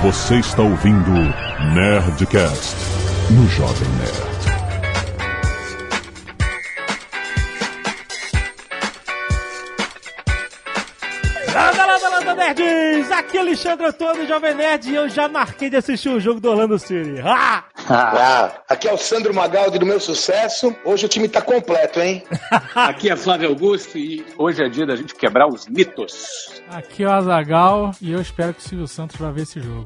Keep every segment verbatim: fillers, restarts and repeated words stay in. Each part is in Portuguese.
Você está ouvindo Nerdcast no Jovem Nerd. Landa, landa, landa, nerds! Aqui é Alexandre Antônio, Jovem Nerd, e eu já marquei de assistir o jogo do Orlando City. Ah! Ah, aqui é o Sandro Magaldi do Meu Sucesso. Hoje o time tá completo, hein? Aqui é Flávio Augusto e hoje é dia da gente quebrar os mitos. Aqui é o Azaghal e eu espero que o Silvio Santos vá ver esse jogo.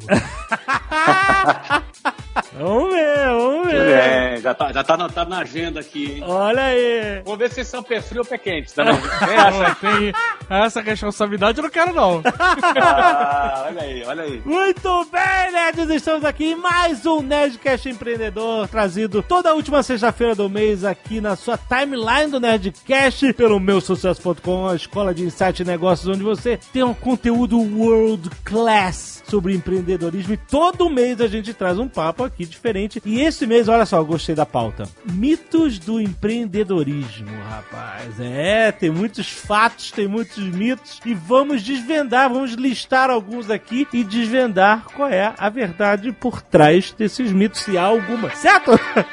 Vamos ver, vamos ver. É, já tá, já tá anotado na agenda aqui, hein? Olha aí. Vamos ver se vocês são pé frio ou pé quente, tá? Não, tem essa responsabilidade eu não quero, não. Ah, olha aí, olha aí. Muito bem, nerds, estamos aqui em mais um Nerdcast Empreendedor, trazido toda a última sexta-feira do mês aqui na sua timeline do Nerdcast, pelo meu sucesso ponto com, a escola de insight e negócios, onde você tem um conteúdo world class sobre empreendedorismo, e todo mês a gente traz um papo aqui diferente. E esse mês, olha só, eu gostei da pauta. Mitos do empreendedorismo, rapaz. É, tem muitos fatos, tem muitos mitos, e vamos desvendar, vamos listar alguns aqui e desvendar qual é a verdade por trás desses mitos, se há alguma, certo?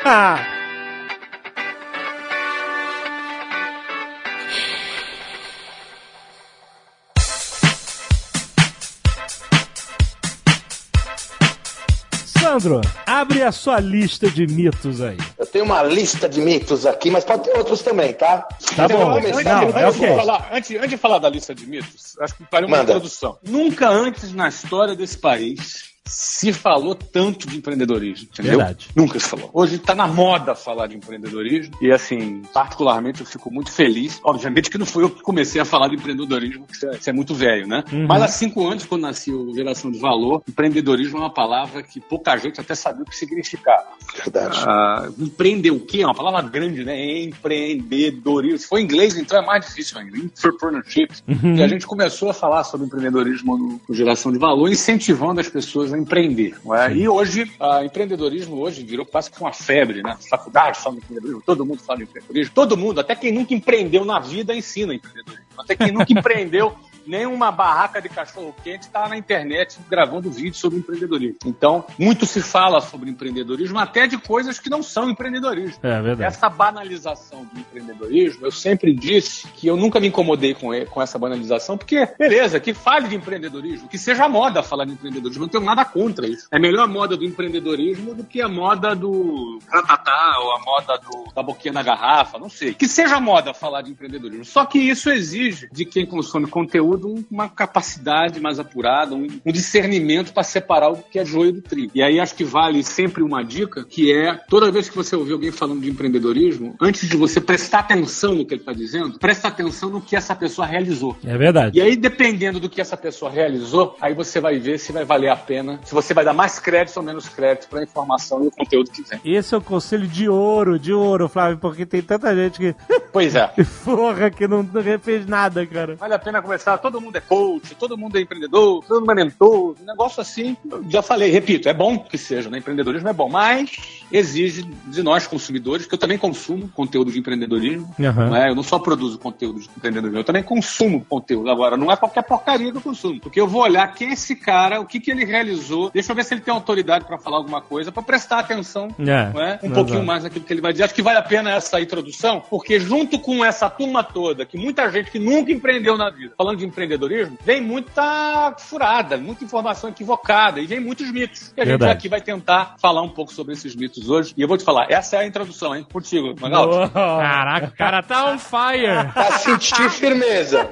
Sandro, abre a sua lista de mitos aí. Eu tenho uma lista de mitos aqui, mas pode ter outros também, tá? Tá então, bom. Vamos começar. Não, antes, é antes, okay. de falar, antes, antes de falar da lista de mitos, acho que faria uma Manda. introdução. Nunca antes na história desse país se falou tanto de empreendedorismo, entendeu? Verdade. Nunca se falou. Hoje tá na moda falar de empreendedorismo e, assim, particularmente eu fico muito feliz. Obviamente que não fui eu que comecei a falar de empreendedorismo, que isso é, isso é muito velho, né? Uhum. Mas há cinco anos, quando nasceu Geração de Valor, empreendedorismo é uma palavra que pouca gente até sabia o que significava. Verdade. Ah, empreender o quê? É uma palavra grande, né? Empreendedorismo. Se for em inglês, então é mais difícil ainda. Entrepreneurship. Uhum. E a gente começou a falar sobre empreendedorismo no, no Geração de Valor, incentivando as pessoas a empreender. Não é? E hoje, o empreendedorismo hoje virou quase que uma febre, né? Faculdade fala de empreendedorismo, todo mundo fala de empreendedorismo, todo mundo, até quem nunca empreendeu na vida ensina empreendedorismo. Até quem nunca empreendeu nenhuma barraca de cachorro-quente está na internet gravando vídeo sobre empreendedorismo. Então, muito se fala sobre empreendedorismo, até de coisas que não são empreendedorismo. É verdade. Essa banalização do empreendedorismo, eu sempre disse que eu nunca me incomodei com, ele, com essa banalização, porque, beleza, que fale de empreendedorismo, que seja moda falar de empreendedorismo, não tenho nada contra isso. É melhor a moda do empreendedorismo do que a moda do ratatá ou a moda do, da boquinha na garrafa, não sei. Que seja moda falar de empreendedorismo. Só que isso exige de quem consome conteúdo uma capacidade mais apurada, um, um discernimento para separar o que é joio do trigo. E aí acho que vale sempre uma dica, que é, toda vez que você ouvir alguém falando de empreendedorismo, antes de você prestar atenção no que ele está dizendo, presta atenção no que essa pessoa realizou. É verdade. E aí, dependendo do que essa pessoa realizou, aí você vai ver se vai valer a pena, se você vai dar mais crédito ou menos crédito para a informação e o conteúdo que vem. Esse é o conselho de ouro, de ouro, Flávio, porque tem tanta gente que... Pois é. Porra, que não, não fez nada, cara. Vale a pena começar, todo mundo é coach, todo mundo é empreendedor, todo mundo é mentor, um negócio assim, eu já falei, repito, é bom que seja, né? Empreendedorismo é bom, mas exige de nós consumidores, que eu também consumo conteúdo de empreendedorismo, uhum. Não é? Eu não só produzo conteúdo de empreendedorismo, eu também consumo conteúdo. Agora, não é qualquer porcaria que eu consumo, porque eu vou olhar quem é esse cara, o que, que ele realizou, deixa eu ver se ele tem autoridade para falar alguma coisa, para prestar atenção, é, não é? Um exato. pouquinho mais naquilo que ele vai dizer. Acho que vale a pena essa introdução, porque junto com essa turma toda, que muita gente que nunca empreendeu na vida, falando de empreendedorismo, vem muita furada, muita informação equivocada e vem muitos mitos. E a gente Verdade. aqui vai tentar falar um pouco sobre esses mitos hoje. E eu vou te falar, essa é a introdução, hein? Contigo, Magal. Oh. Caraca, o cara tá on fire. Pra sentir firmeza.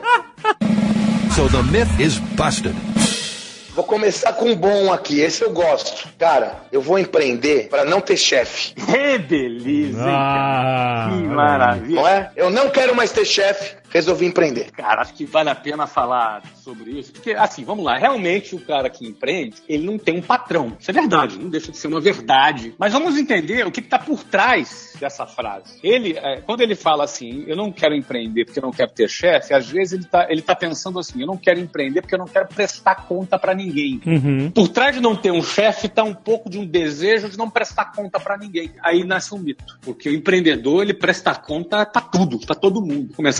So the myth is busted. Vou começar com um bom aqui, esse eu gosto. Cara, eu vou empreender para não ter chefe. Que beleza, hein, Ah, cara? Que maravilha. Não é? Eu não quero mais ter chefe, resolvi empreender. Cara, acho que vale a pena falar sobre isso. Porque, assim, vamos lá. Realmente, o cara que empreende, ele não tem um patrão. Isso é verdade, não deixa de ser uma verdade. Mas vamos entender o que está por trás dessa frase. Ele, é, quando ele fala assim, eu não quero empreender porque eu não quero ter chefe, às vezes ele está ele tá pensando assim, eu não quero empreender porque eu não quero prestar conta para ninguém. Uhum. Por trás de não ter um chefe está um pouco de um desejo de não prestar conta para ninguém. Aí nasce um mito. Porque o empreendedor, ele presta conta para tudo, para todo mundo. Começar do cliente,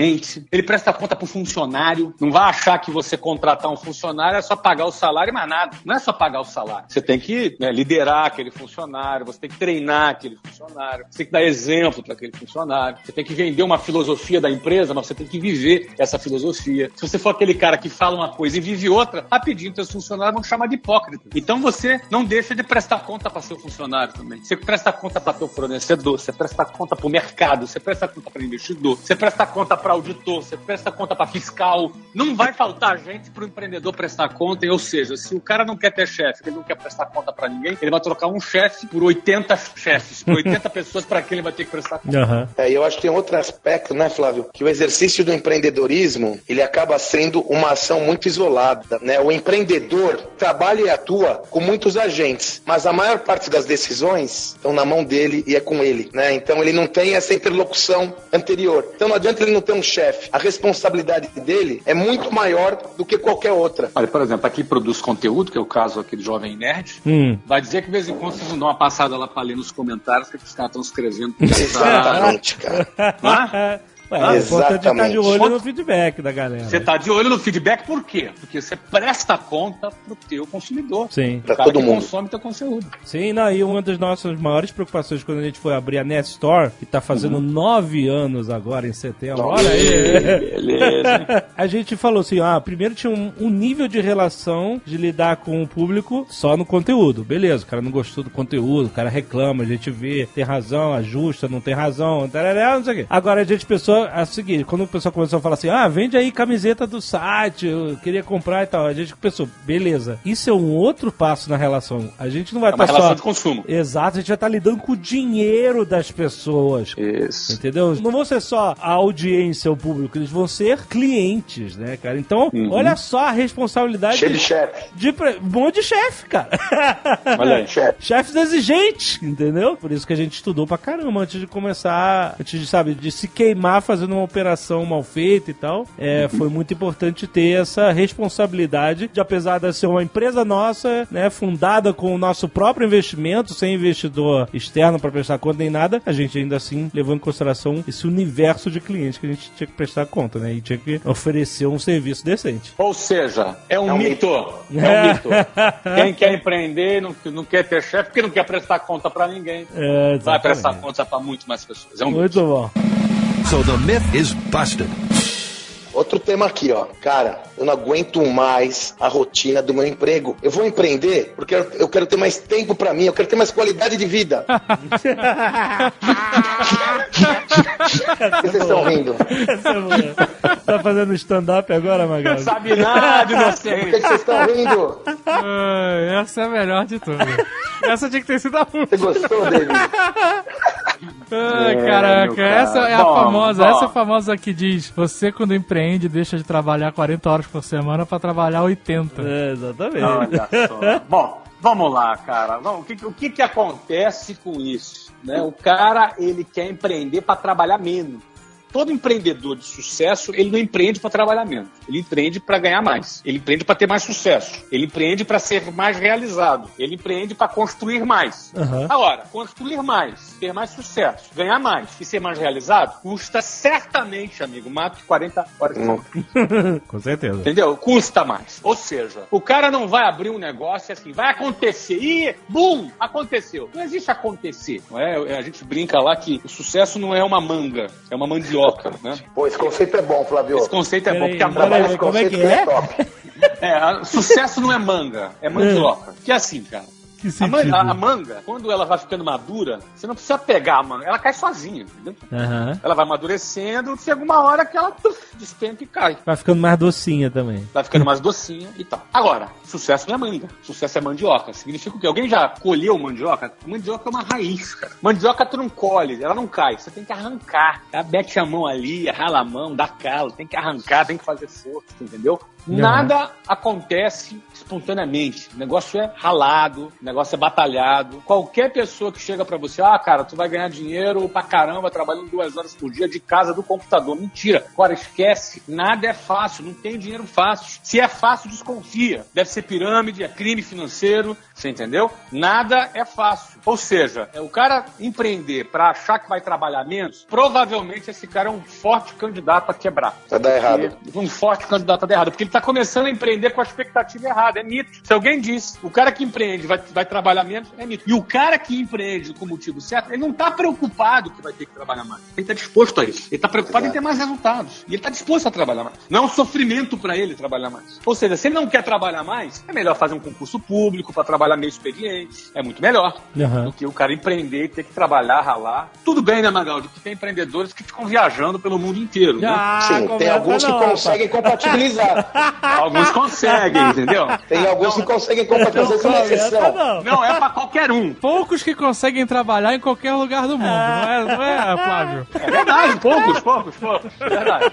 cliente, ele presta conta pro funcionário. Não vai achar que você contratar um funcionário é só pagar o salário e mais nada. Não é só pagar o salário. Você tem que, né, liderar aquele funcionário, você tem que treinar aquele funcionário, você tem que dar exemplo para aquele funcionário, você tem que vender uma filosofia da empresa, mas você tem que viver essa filosofia. Se você for aquele cara que fala uma coisa e vive outra, rapidinho seus funcionários vão chamar de hipócrita. Então você não deixa de prestar conta para seu funcionário também. Você presta conta para seu fornecedor, você presta conta para o mercado, você presta conta para investidor, você presta conta para auditor, você presta conta para fiscal. Não vai faltar gente para o empreendedor prestar conta, ou seja, se o cara não quer ter chefe, ele não quer prestar conta para ninguém, ele vai trocar um chefe por oitenta chefes, por oitenta pessoas para quem ele vai ter que prestar conta. Uhum. É, eu acho que tem outro aspecto, né, Flávio? Que o exercício do empreendedorismo, ele acaba sendo uma ação muito isolada, né? O empreendedor trabalha e atua com muitos agentes, mas a maior parte das decisões estão na mão dele e é com ele, né? Então ele não tem essa interlocução anterior. Então não adianta ele não ter um chefe. A responsabilidade dele é muito maior do que qualquer outra. Olha, por exemplo, aqui produz conteúdo, que é o caso aqui do Jovem Nerd, hum. vai dizer que de vez em quando vocês vão dar uma passada lá pra ler nos comentários o que os caras estão escrevendo. Exatamente, cara. Ah? Ué, é importante estar de olho Exatamente. no feedback da galera. Você tá de olho no feedback por quê? Porque você presta conta pro teu consumidor. Sim. Pra Pra todo todo que mundo. consome teu conteúdo. Sim, não, e uma das nossas maiores preocupações quando a gente foi abrir a Nestore, que tá fazendo nove anos agora em setembro, olha aí. Beleza. A gente falou assim, ah, primeiro tinha um, um nível de relação de lidar com o público só no conteúdo. Beleza, o cara não gostou do conteúdo, o cara reclama, a gente vê, tem razão, ajusta, não tem razão, tarará, não sei o quê. Agora a gente pensou a seguinte, quando o pessoal começou a falar assim, ah, vende aí camiseta do site, eu queria comprar e tal, a gente pensou, beleza, isso é um outro passo na relação. A gente não vai É uma estar relação só... de consumo. Exato, a gente vai estar lidando com o dinheiro das pessoas. Isso. Entendeu? Não vão ser só a audiência, o público, eles vão ser clientes, né, cara? Então, Uhum. olha só a responsabilidade Cheio de chefe. de pre- um monte de chefe, cara. Olha aí. Chefe. Chefes exigentes, entendeu? Por isso que a gente estudou pra caramba antes de começar, antes de, sabe, de se queimar fazendo uma operação mal feita e tal. É, foi muito importante ter essa responsabilidade de, apesar de ser uma empresa nossa, né, fundada com o nosso próprio investimento, sem investidor externo pra prestar conta nem nada, a gente ainda assim levou em consideração esse universo de clientes que a gente tinha que prestar conta, né? E tinha que oferecer um serviço decente. Ou seja, é um, É um mito. É um mito. Quem quer empreender não, não quer ter chefe porque não quer prestar conta pra ninguém. É, Vai prestar exatamente. conta pra muito mais pessoas. É um mito. Muito bom. So the myth is busted. Outro tema aqui, ó. Cara, eu não aguento mais a rotina do meu emprego. Eu vou empreender porque eu eu quero ter mais tempo pra mim, eu quero ter mais qualidade de vida. Por que vocês estão rindo? Essa é boa. Tá fazendo stand-up agora, Magal? Não sabe nada, Por que inocente. que vocês estão rindo? Ai, essa é a melhor de todas. Essa tinha que ter sido a Você última. gostou, David? Ai, É, caraca, meu cara. essa é a Bom, famosa, bom. essa é a famosa que diz, você quando empreende deixa de trabalhar quarenta horas por semana pra trabalhar oitenta. É, exatamente. Olha só. Bom, vamos lá, cara. Vamos, o que, o que, que acontece com isso? Né? O cara, ele quer empreender para trabalhar menos. Todo empreendedor de sucesso, ele não empreende para trabalhar menos. Ele empreende para ganhar mais. Ele empreende para ter mais sucesso. Ele empreende para ser mais realizado. Ele empreende para construir mais. Uhum. Agora, construir mais, ter mais sucesso, ganhar mais e ser mais realizado, custa certamente, amigo, mais que quarenta horas. Com certeza. Entendeu? Custa mais. Ou seja, o cara não vai abrir um negócio assim, vai acontecer. Ih, bum, aconteceu. Não existe acontecer. Não é? A gente brinca lá que o sucesso não é uma manga, é uma mandioca. Né? Pô, esse conceito é bom, Flávio. Esse conceito é bom, Peraí, porque a peraí, manga. Esse como é conceito que é? top. É, a- sucesso não é manga, é mandioca. Que é assim, cara. Que A, man- sentido? a- a manga, quando ela vai ficando madura, você não precisa pegar a manga, ela cai sozinha, entendeu? Aham. Ela vai amadurecendo, chega uma hora que ela tuf, despenca e cai. Vai ficando mais docinha também. Vai ficando mais docinha e tal. Agora, sucesso não é manga. Sucesso é mandioca. Significa o quê? Alguém já colheu mandioca? Mandioca é uma raiz, cara. Mandioca tu não colhe, ela não cai. Você tem que arrancar. Tá? Mete a mão ali, rala a mão, dá calo. Tem que arrancar, tem que fazer força, entendeu? Uhum. Nada acontece espontaneamente. O negócio é ralado, o negócio é batalhado. Qualquer pessoa que chega pra você, ah, cara, tu vai ganhar dinheiro pra caramba trabalhando duas horas por dia de casa do computador. Mentira. Agora, esquece. Nada é fácil. Não tem dinheiro fácil. Se é fácil, desconfia. Deve ser pirâmide, é crime financeiro. Você entendeu? Nada é fácil. Ou seja, é o cara empreender pra achar que vai trabalhar menos, provavelmente esse cara é um forte candidato a quebrar. Vai dar errado. Um forte candidato a dar errado. Porque ele tá começando a empreender com a expectativa errada. É mito. Se alguém disse, o cara que empreende vai, vai trabalhar menos, é mito. E o cara que empreende com o motivo certo, ele não tá preocupado que vai ter que trabalhar mais. Ele tá disposto a isso. Ele tá preocupado Exato. Em ter mais resultados. E ele tá disposto a trabalhar mais. Não é um sofrimento pra ele trabalhar mais. Ou seja, se ele não quer trabalhar mais, é melhor fazer um concurso público pra trabalhar meio experiente. É muito melhor uhum. do que o cara empreender e ter que trabalhar, ralar. Tudo bem, né, Magaldi? Que tem empreendedores que ficam viajando pelo mundo inteiro. Ah, né? Sim, tem alguns não, que conseguem opa. compatibilizar. Alguns conseguem, entendeu? Tem alguns não, que conseguem compatibilizar, isso é uma exceção. Não. não, é pra qualquer um. Poucos que conseguem trabalhar em qualquer lugar do mundo, ah. não, é, não é, Flávio? É verdade, poucos, poucos, poucos. É verdade.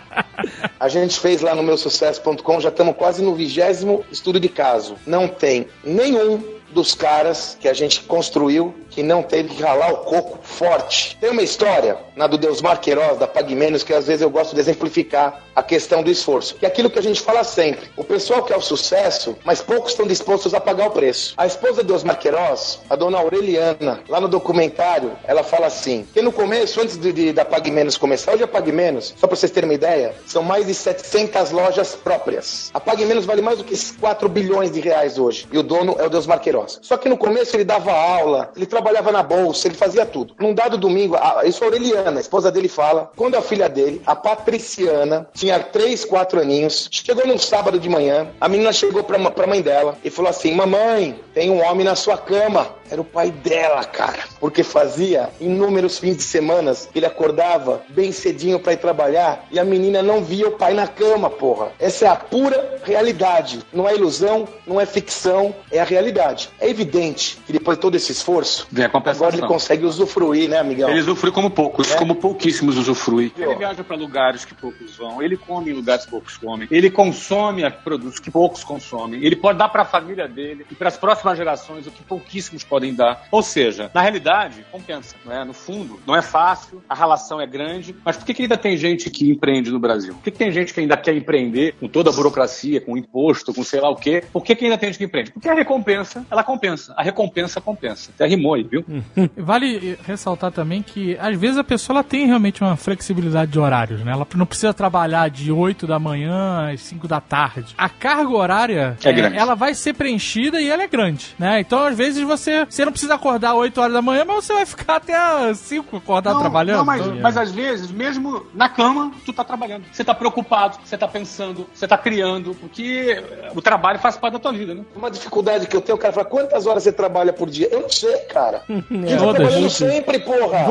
A gente fez lá no meu sucesso ponto com, já estamos quase no vigésimo estudo de caso. Não tem nenhum dos caras que a gente construiu que não teve que ralar o coco forte. Tem uma história na do Deusmar Queiroz, da Pague Menos, que às vezes eu gosto de exemplificar a questão do esforço. Que é aquilo que a gente fala sempre. O pessoal quer o sucesso, mas poucos estão dispostos a pagar o preço. A esposa de Deusmar Queiroz, a dona Aureliana, lá no documentário, ela fala assim, que no começo, antes de, de, da Pague Menos começar, hoje a Pague Menos, só pra vocês terem uma ideia, são mais de setecentas lojas próprias. A Pague Menos vale mais do que quatro bilhões de reais hoje. E o dono é o Deusmar Queiroz. Só que no começo ele dava aula, ele trabalhava na bolsa, ele fazia tudo. Num dado domingo, a, isso a Aureliana, a esposa dele, fala, quando a filha dele, a Patriciana, tinha três, quatro aninhos, chegou num sábado de manhã, a menina chegou pra, pra mãe dela e falou assim, mamãe, tem um homem na sua cama. Era o pai dela, cara, porque fazia inúmeros fins de semana, ele acordava bem cedinho pra ir trabalhar e a menina não via o pai na cama, porra. Essa é a pura realidade, não é ilusão, não é ficção, é a realidade. É evidente que depois de todo esse esforço, vem a compensação. Agora ele consegue usufruir, né, amigão? Ele usufrui como poucos, é? como pouquíssimos usufrui. Ele viaja pra lugares que poucos vão, ele come em lugares que poucos comem, ele consome produtos que poucos consomem, ele pode dar pra família dele e pras próximas gerações o que pouquíssimos podem dar. Ou seja, na realidade, compensa, não é? No fundo, não é fácil, a relação é grande, mas por que, que ainda tem gente que empreende no Brasil? Por que, que tem gente que ainda quer empreender com toda a burocracia, com imposto, com sei lá o quê? Por que, que ainda tem gente que empreende? Porque a recompensa, ela compensa. A recompensa compensa. Até rimou aí, viu? Vale ressaltar também que, às vezes, a pessoa ela tem realmente uma flexibilidade de horários, né? Ela não precisa trabalhar de oito da manhã às cinco da tarde. A carga horária, é grande. Ela vai ser preenchida e ela é grande, né? Então, às vezes, você, você não precisa acordar oito horas da manhã, mas você vai ficar até às cinco acordado não, trabalhando. Não, mas, então, mas às vezes, mesmo na cama, tu tá trabalhando. Você tá preocupado, você tá pensando, você tá criando, porque o trabalho faz parte da tua vida, né? Uma dificuldade que eu tenho, o cara fala, quantas horas você trabalha por dia? Eu não sei, cara. É, eu tô trabalhando sempre, porra.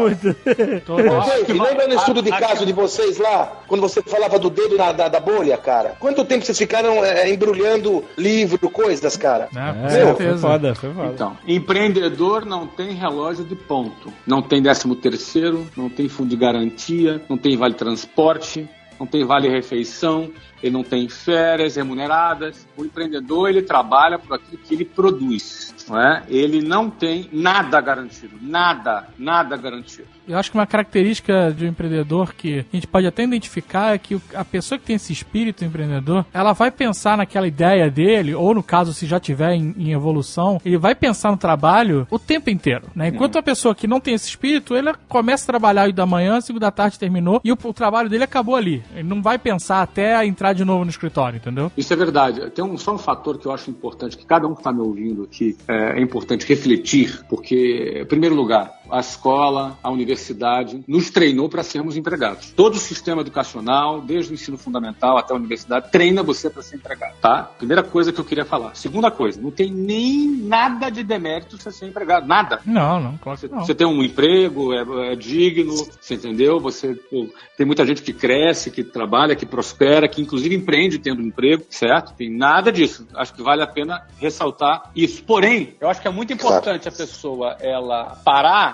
E lembra no estudo de caso de vocês lá, quando você falava do dedo na, da, da bolha, cara? Quanto tempo vocês ficaram é, embrulhando livro, coisas, cara? É, Meu, foi foda, foi foda. Então, empreendedor não tem relógio de ponto, não tem décimo terceiro, não tem fundo de garantia, não tem vale transporte, não tem vale refeição, ele não tem férias remuneradas. O empreendedor, ele trabalha por aquilo que ele produz, não é? Ele não tem nada garantido, nada, nada garantido. Eu acho que uma característica de um empreendedor que a gente pode até identificar é que a pessoa que tem esse espírito empreendedor, ela vai pensar naquela ideia dele, ou no caso, se já tiver em, em evolução, ele vai pensar no trabalho o tempo inteiro, né? Enquanto a pessoa que não tem esse espírito, ele começa a trabalhar oito da manhã, cinco da tarde terminou, e o, o trabalho dele acabou ali. Ele não vai pensar até entrar de novo no escritório, entendeu? Isso é verdade. Tem um, só um fator que eu acho importante, que cada um que está me ouvindo aqui, é, é importante refletir, porque, em primeiro lugar, a escola, a universidade, nos treinou para sermos empregados. Todo o sistema educacional, desde o ensino fundamental até a universidade, treina você para ser empregado, tá? Primeira coisa que eu queria falar. Segunda coisa, não tem nem nada de demérito você ser empregado, nada. Não, não, claro que não. Você tem um emprego, é, é digno, você entendeu? Você, pô, tem muita gente que cresce, que trabalha, que prospera, que inclusive empreende tendo um emprego, certo? Tem nada disso. Acho que vale a pena ressaltar isso. Porém, eu acho que é muito importante a pessoa, ela parar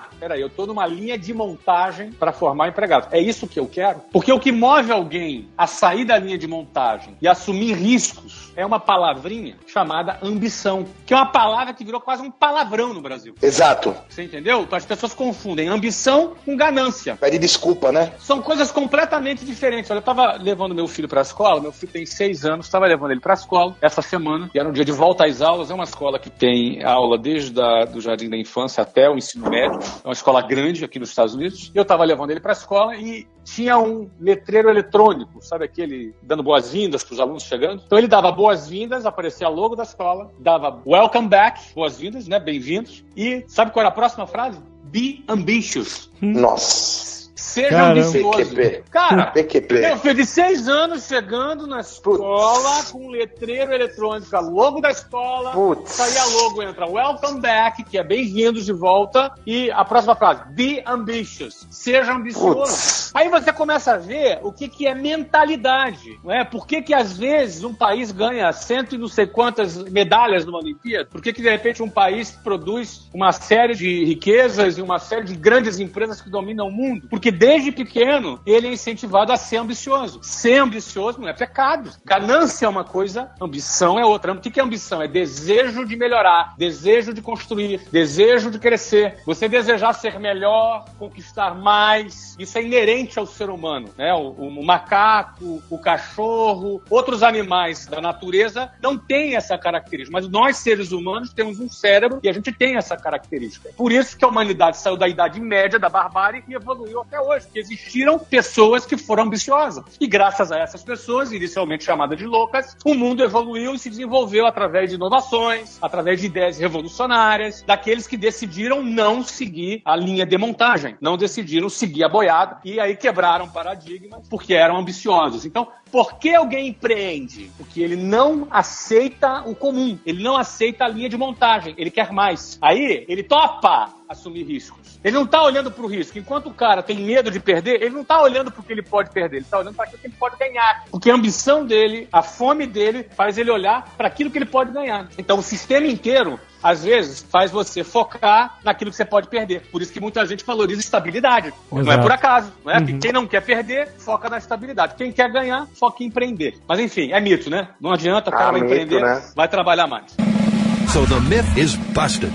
ah, peraí, eu tô numa linha de montagem para formar empregados. É isso que eu quero? Porque o que move alguém a sair da linha de montagem e assumir riscos é uma palavrinha chamada ambição, que é uma palavra que virou quase um palavrão no Brasil. Exato. Você entendeu? Então as pessoas confundem ambição com ganância. Pede desculpa, né? São coisas completamente diferentes. Olha, eu tava levando meu filho pra escola, meu filho tem seis anos, estava levando ele pra escola essa semana, e era um dia de volta às aulas. É uma escola que tem aula desde a, do jardim da infância até o ensino médio. É uma escola grande aqui nos Estados Unidos. Eu tava levando ele pra escola e tinha um letreiro eletrônico, sabe aquele dando boas-vindas pros alunos chegando? Então ele dava boas-vindas, aparecia a logo da escola, dava welcome back, boas-vindas, né, bem-vindos, e sabe qual era a próxima frase? Be ambitious. Nossa. Seja Caramba. ambicioso. P Q P. Cara, P Q P. meu filho de seis anos chegando na escola com um letreiro eletrônico, a logo da escola, Putz. saía logo, entra welcome back, que é bem-vindos de volta, e a próxima frase, be ambitious, seja ambicioso. Putz. Aí você começa a ver o que, que é mentalidade, não é? Por que que às vezes um país ganha cento e não sei quantas medalhas numa Olimpíada? Por que que de repente um país produz uma série de riquezas e uma série de grandes empresas que dominam o mundo? Porque desde pequeno ele é incentivado a ser ambicioso. Ser ambicioso não é pecado. Ganância é uma coisa, ambição é outra. O que que é ambição? É desejo de melhorar, desejo de construir, desejo de crescer. Você desejar ser melhor, conquistar mais, isso é inerente ao ser humano, né? O, o macaco, o cachorro, outros animais da natureza não têm essa característica, mas nós, seres humanos, temos um cérebro e a gente tem essa característica. Por isso que a humanidade saiu da Idade Média, da barbárie, e evoluiu até hoje, porque existiram pessoas que foram ambiciosas. E graças a essas pessoas, inicialmente chamadas de loucas, o mundo evoluiu e se desenvolveu através de inovações, através de ideias revolucionárias, daqueles que decidiram não seguir a linha de montagem, não decidiram seguir a boiada, e aí quebraram paradigmas porque eram ambiciosos. Então, por que alguém empreende? Porque ele não aceita o comum, ele não aceita a linha de montagem, ele quer mais. Aí, ele topa assumir riscos. Ele não está olhando para o risco. Enquanto o cara tem medo de perder, ele não está olhando para o que ele pode perder, ele está olhando para aquilo que ele pode ganhar. Porque a ambição dele, a fome dele, faz ele olhar para aquilo que ele pode ganhar. Então, o sistema inteiro, às vezes, faz você focar naquilo que você pode perder. Por isso que muita gente valoriza estabilidade. Exato. Não é por acaso. Não é? Uhum. Quem não quer perder, foca na estabilidade. Quem quer ganhar, foca em empreender. Mas enfim, é mito, né? Não adianta, o cara ah, vai mito, empreender, né? Vai trabalhar mais. So the myth is busted.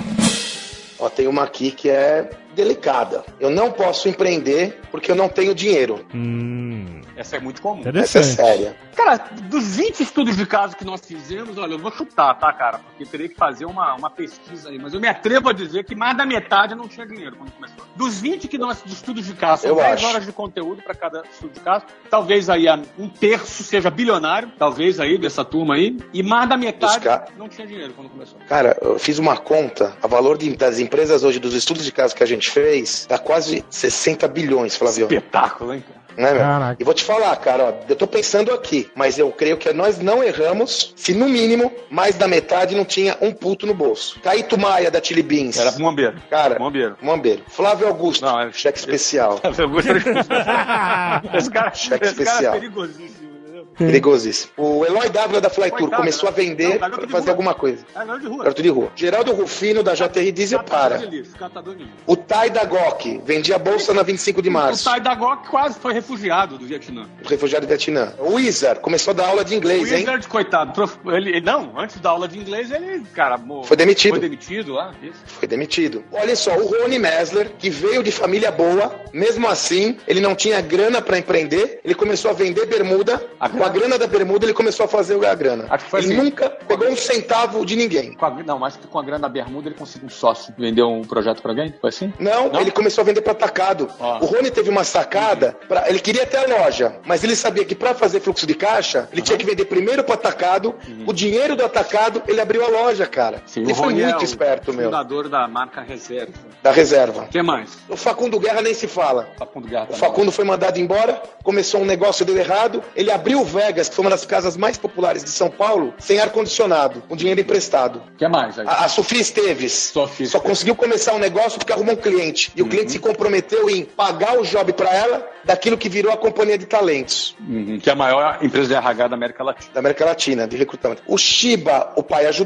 Ó, tem uma aqui que é delicada. Eu não posso empreender porque eu não tenho dinheiro. Hum. Essa é muito comum. Essa é séria. Cara, dos vinte estudos de caso que nós fizemos, olha, eu vou chutar, tá, cara? Porque eu teria que fazer uma, uma pesquisa aí. Mas eu me atrevo a dizer que mais da metade não tinha dinheiro quando começou. Dos vinte que nós, de estudos de caso, são dez horas de conteúdo para cada estudo de caso. Talvez aí um terço seja bilionário, talvez aí, dessa turma aí. E mais da metade ca... não tinha dinheiro quando começou. Cara, eu fiz uma conta. A valor de, das empresas hoje, dos estudos de caso que a gente fez, dá quase sessenta bilhões, Flavio. Espetáculo, hein, cara? Né, meu? E vou te falar, cara, ó, eu tô pensando aqui, mas eu creio que nós não erramos se no mínimo mais da metade não tinha um puto no bolso. Caíto Maia da Chili Beans. Era Mombeiro. Cara, Mombeiro. Mombeiro. Flávio Augusto. Não, é... cheque especial. Flávio Augusto era especial. Esse cara, cheque esse especial. cara é perigosíssimo. Perigosíssimo. O Eloy Dávila da Flytour começou a vender não, pra fazer alguma coisa. É, garoto de rua. Garoto de rua. Geraldo Rufino da J R Diesel para. De lixo, catador de lixo. O Tai da G O C vendia bolsa na vinte e cinco de março. O Tai da G O C quase foi refugiado do Vietnã. O refugiado do Vietnã. O Wizard começou a dar aula de inglês, o hein? O Wizard, coitado. Ele, não, antes da aula de inglês, ele, cara, foi demitido. Foi demitido lá. Isso. Foi demitido. Olha só, o Rony Mesler, que veio de família boa, mesmo assim, ele não tinha grana pra empreender, ele começou a vender bermuda. A com grana? A grana da bermuda, ele começou a fazer a grana. Acho que foi ele assim. nunca pegou um centavo de ninguém. Com a, não, acho que com a grana da bermuda ele conseguiu um sócio. Vendeu um projeto pra alguém? Foi assim? Não, não? Ele começou a vender pra atacado. Oh. O Rony teve uma sacada, pra, ele queria ter a loja, mas ele sabia que pra fazer fluxo de caixa, ele uhum. tinha que vender primeiro pro atacado, uhum. o dinheiro do atacado, ele abriu a loja, cara. Sim, ele foi muito é esperto, meu. O fundador da marca Reserva. Da Reserva. O que mais? O Facundo Guerra nem se fala. Facundo Guerra o Facundo foi mandado embora, começou um negócio, deu errado, ele abriu o Vegas, que foi uma das casas mais populares de São Paulo, sem ar-condicionado, com dinheiro emprestado. O que mais? Aí? A, a Sofia Esteves Sofia só conseguiu começar um negócio porque arrumou um cliente. E uhum. o cliente se comprometeu em pagar o job pra ela daquilo que virou a companhia de talentos. Uhum. Que é a maior empresa de R H da América Latina. Da América Latina, de recrutamento. O Shiba, o pai ajudou.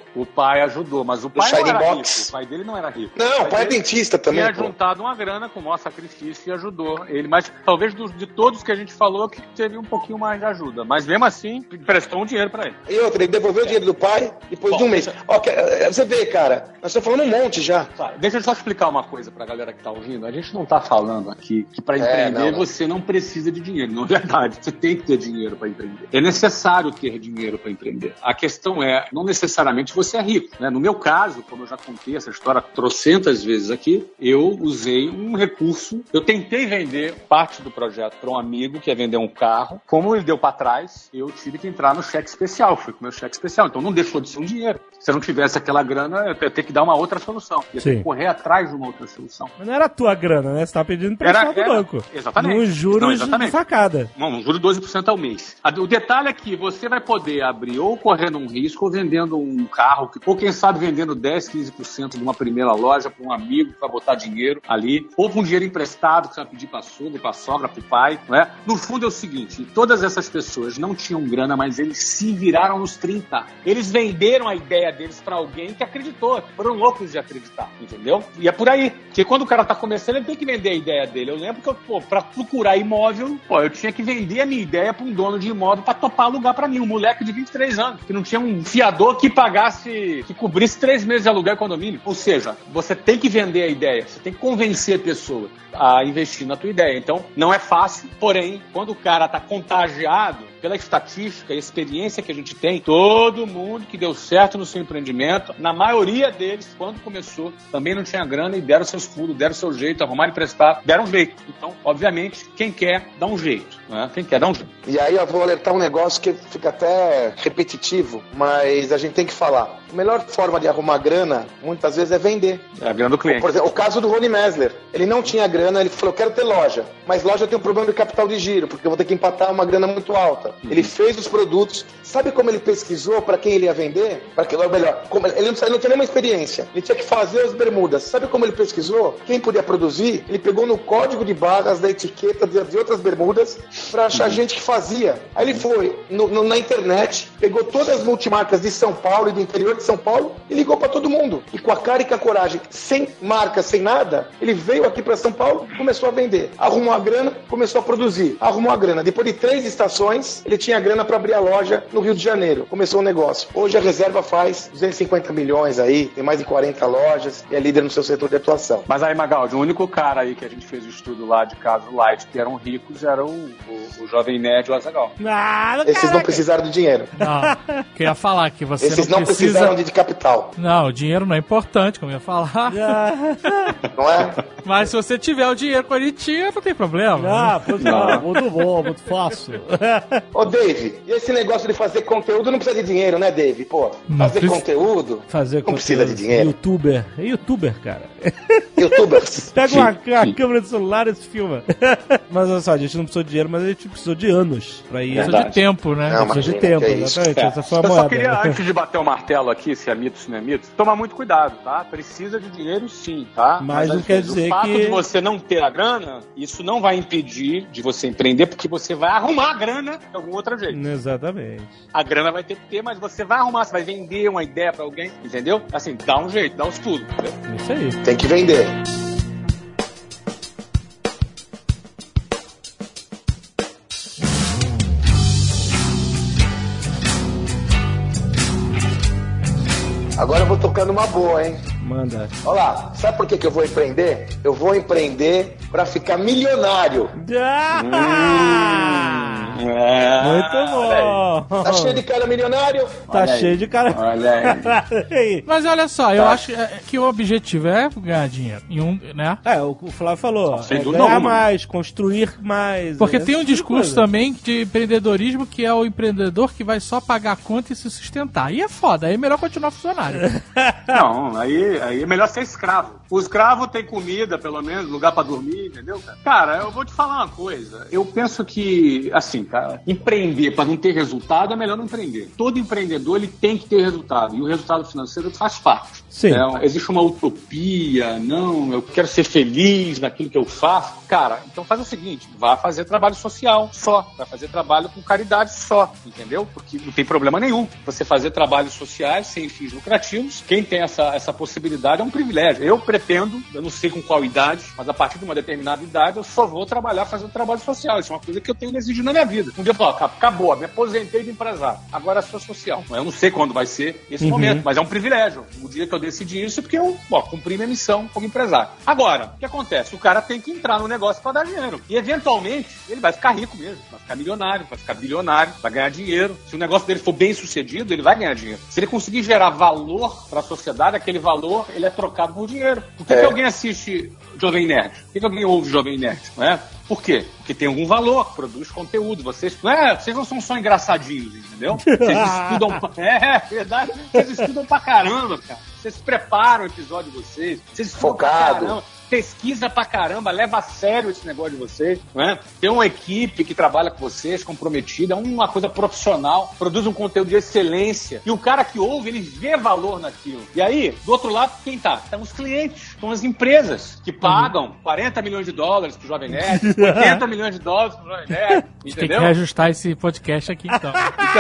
O pai ajudou, mas o pai O não era Shine rico. Box. O pai dele não era rico. Não, o pai é dele dentista também, tinha pô. juntado uma grana com o maior sacrifício e ajudou ele. Mas talvez dos- de todos que a gente falou, que teve um pouquinho mais de ajuda. Mas mesmo assim, prestou um dinheiro pra ele. E outra, ele devolveu o dinheiro do pai depois Bom, de um mês. deixa- Ó, que- eh, você vê, cara, nós estamos falando um monte já. Tá, deixa eu só explicar uma coisa pra galera que tá ouvindo. A gente não tá falando aqui que pra É, empreender não, não. você não precisa de dinheiro. Não é verdade. Você tem que ter dinheiro pra empreender. É necessário ter dinheiro pra empreender. A questão é, não necessariamente você é rico, né? No meu caso, como eu já contei essa história trocentas vezes aqui, eu usei um recurso. Eu tentei vender parte do projeto para um amigo que ia vender um carro. Como ele deu para trás, eu tive que entrar no cheque especial. Fui com o meu cheque especial. Então não deixou de ser um dinheiro. Se eu não tivesse aquela grana, eu ia ter que dar uma outra solução. Eu ia ter Sim. que correr atrás de uma outra solução. Mas não era a tua grana, né? Você tava pedindo emprestado do Era- era- banco. exatamente. Nos juros Não, de exatamente. facada. Não, um juro de doze por cento ao mês. A- O detalhe é que você vai poder abrir ou correndo um risco ou vendendo um carro, que- ou quem sabe vendendo dez, quinze por cento de uma primeira loja para um amigo que vai botar dinheiro ali, ou com um dinheiro emprestado que você vai pedir para sogro, para sogra, para o pai, não é? No fundo é o seguinte, todas essas pessoas não tinham grana, mas eles se viraram nos trinta. Eles venderam a ideia deles para alguém que acreditou, foram loucos de acreditar, entendeu? E é por aí, porque quando o cara tá começando, ele tem que vender a ideia dele. Eu lembro que, eu, pô, pra procurar imóvel, pô, eu tinha que vender a minha ideia para um dono de imóvel para topar alugar para mim, um moleque de vinte e três anos, que não tinha um fiador que pagasse, que cobrisse três meses de aluguel e condomínio. Ou seja, você tem que vender a ideia, você tem que convencer a pessoa a investir na tua ideia. Então, não é fácil, porém, quando o cara tá contagiado pela estatística e experiência que a gente tem, todo mundo que deu certo no seu empreendimento, na maioria deles, quando começou, também não tinha grana e deram seus pulos, deram seu jeito, arrumaram emprestado, deram um jeito. Então, obviamente, quem quer, dá um jeito, né? Quem quer, dá um jeito. E aí eu vou alertar um negócio que fica até repetitivo, mas a gente tem que falar. A melhor forma de arrumar grana, muitas vezes, é vender. É a grana do cliente. Por exemplo, o caso do Rony Mesler. Ele não tinha grana, ele falou, eu quero ter loja. Mas loja tem um problema de capital de giro, porque eu vou ter que empatar uma grana muito alta. Uhum. Ele fez os produtos. Sabe como ele pesquisou para quem ele ia vender? Para que, ou melhor, como, ele, não, ele não tinha nenhuma experiência. Ele tinha que fazer as bermudas. Sabe como ele pesquisou? Quem podia produzir? Ele pegou no código de barras da etiqueta de, de outras bermudas para achar uhum. gente que fazia. Aí ele foi no, no, na internet, pegou todas as multimarcas de São Paulo e do interior de São Paulo e ligou para todo mundo. E com a cara e com a coragem, sem marca, sem nada, ele veio aqui para São Paulo e começou a vender. Arrumou a grana, começou a produzir. Arrumou a grana. Depois de três estações, ele tinha grana para abrir a loja no Rio de Janeiro. Começou o negócio. Hoje a reserva faz duzentos e cinquenta milhões aí, tem mais de quarenta lojas e é líder no seu setor de atuação. Mas aí, Magaldi, o único cara aí que a gente fez o estudo lá de caso light que eram ricos era o, o, o jovem nerd e o Azaghal. Ah, Esses caraca. não precisaram de dinheiro. Não, que eu ia falar que você Esses não não precisa... precisaram de, de capital. Não, o dinheiro não é importante, como eu ia falar. Não é? Mas se você tiver o dinheiro que ele tinha, não tem problema. Ah, pois não, muito bom, muito fácil. Ô, Dave, e esse negócio de fazer conteúdo não precisa de dinheiro, né, Dave? Pô, Não fazer precisa- conteúdo Fazer não precisa de dinheiro. Youtuber. É youtuber, cara. Youtubers. Pega uma, uma câmera de celular e se filma. Mas olha só, a gente não precisou de dinheiro, mas a gente precisou de anos pra ir. Precisa de tempo, né? Não, Precisa de imagina, tempo, que é isso. exatamente. É. Essa foi a Eu moeda. só queria, antes de bater o martelo aqui, se é mito, se não é mito, tomar muito cuidado, tá? Precisa de dinheiro sim, tá? Mas não às quer vezes, dizer o fato que- de você não ter a grana, isso não vai impedir de você empreender, porque você vai arrumar a grana de algum outro jeito. Exatamente. A grana vai ter que ter, mas você vai arrumar, você vai vender uma ideia pra alguém, entendeu? Assim, dá um jeito, dá um estudo, entendeu? Isso aí. Tem que vender. Agora eu vou tocar numa boa, hein? Manda. Olha lá, sabe por que, que eu vou empreender? Eu vou empreender pra ficar milionário. Ah! É, Muito bom. Tá cheio de cara milionário? Tá Olha aí. cheio de cara. Olha aí. Mas olha só, eu Tá. acho é, que o objetivo é ganhar dinheiro. Em um, né? É, o o Flávio falou. Sem É dúvida ganhar alguma. mais, construir mais. Porque esse tem um tipo de discurso coisa. também de empreendedorismo que é o empreendedor que vai só pagar a conta e se sustentar. Aí é foda, aí é melhor continuar funcionário. Não, aí, aí é melhor ser escravo. O escravo tem comida, pelo menos, lugar pra dormir, entendeu, cara? Cara, eu vou te falar uma coisa. Eu penso que, assim, cara, empreender pra não ter resultado é melhor não empreender. Todo empreendedor, ele tem que ter resultado. E o resultado financeiro faz parte. Sim. É, existe uma utopia, não, eu quero ser feliz naquilo que eu faço. Cara, então faz o seguinte, vai fazer trabalho social só, vai fazer trabalho com caridade só, entendeu? Porque não tem problema nenhum. Você fazer trabalhos sociais sem fins lucrativos, quem tem essa, essa possibilidade é um privilégio. Eu pretendo, eu não sei com qual idade, mas a partir de uma determinada idade eu só vou trabalhar fazendo trabalho social. Isso é uma coisa que eu tenho exigido na minha vida. Um dia eu falo, acabou, me aposentei de empresário, agora sou social. Eu não sei quando vai ser esse uhum. momento, mas é um privilégio. O dia que eu decidi isso é porque eu ó, cumpri minha missão como empresário. Agora, o que acontece? O cara tem que entrar no negócio para dar dinheiro. E eventualmente ele vai ficar rico mesmo, vai ficar milionário, vai ficar bilionário, vai ganhar dinheiro. Se o negócio dele for bem sucedido, ele vai ganhar dinheiro. Se ele conseguir gerar valor para a sociedade, aquele valor ele é trocado por dinheiro. Por que, é. que alguém assiste Jovem Nerd? Por que, que alguém ouve Jovem Nerd? Não é? Por quê? Porque tem algum valor, produz conteúdo. Vocês não, é, vocês não são só engraçadinhos, entendeu? Vocês estudam. É, é verdade. Vocês estudam pra caramba, cara. Vocês preparam o episódio de vocês. Vocês estudam pra caramba. Pesquisa pra caramba, leva a sério esse negócio de vocês, né? Tem uma equipe que trabalha com vocês, comprometida, uma coisa profissional, produz um conteúdo de excelência. E o cara que ouve, ele vê valor naquilo. E aí, do outro lado, quem tá? Estão os clientes, estão as empresas que pagam uhum. quarenta milhões de dólares pro Jovem Nerd, oitenta milhões de dólares pro Jovem Nerd, entendeu? Tem que reajustar esse podcast aqui, então.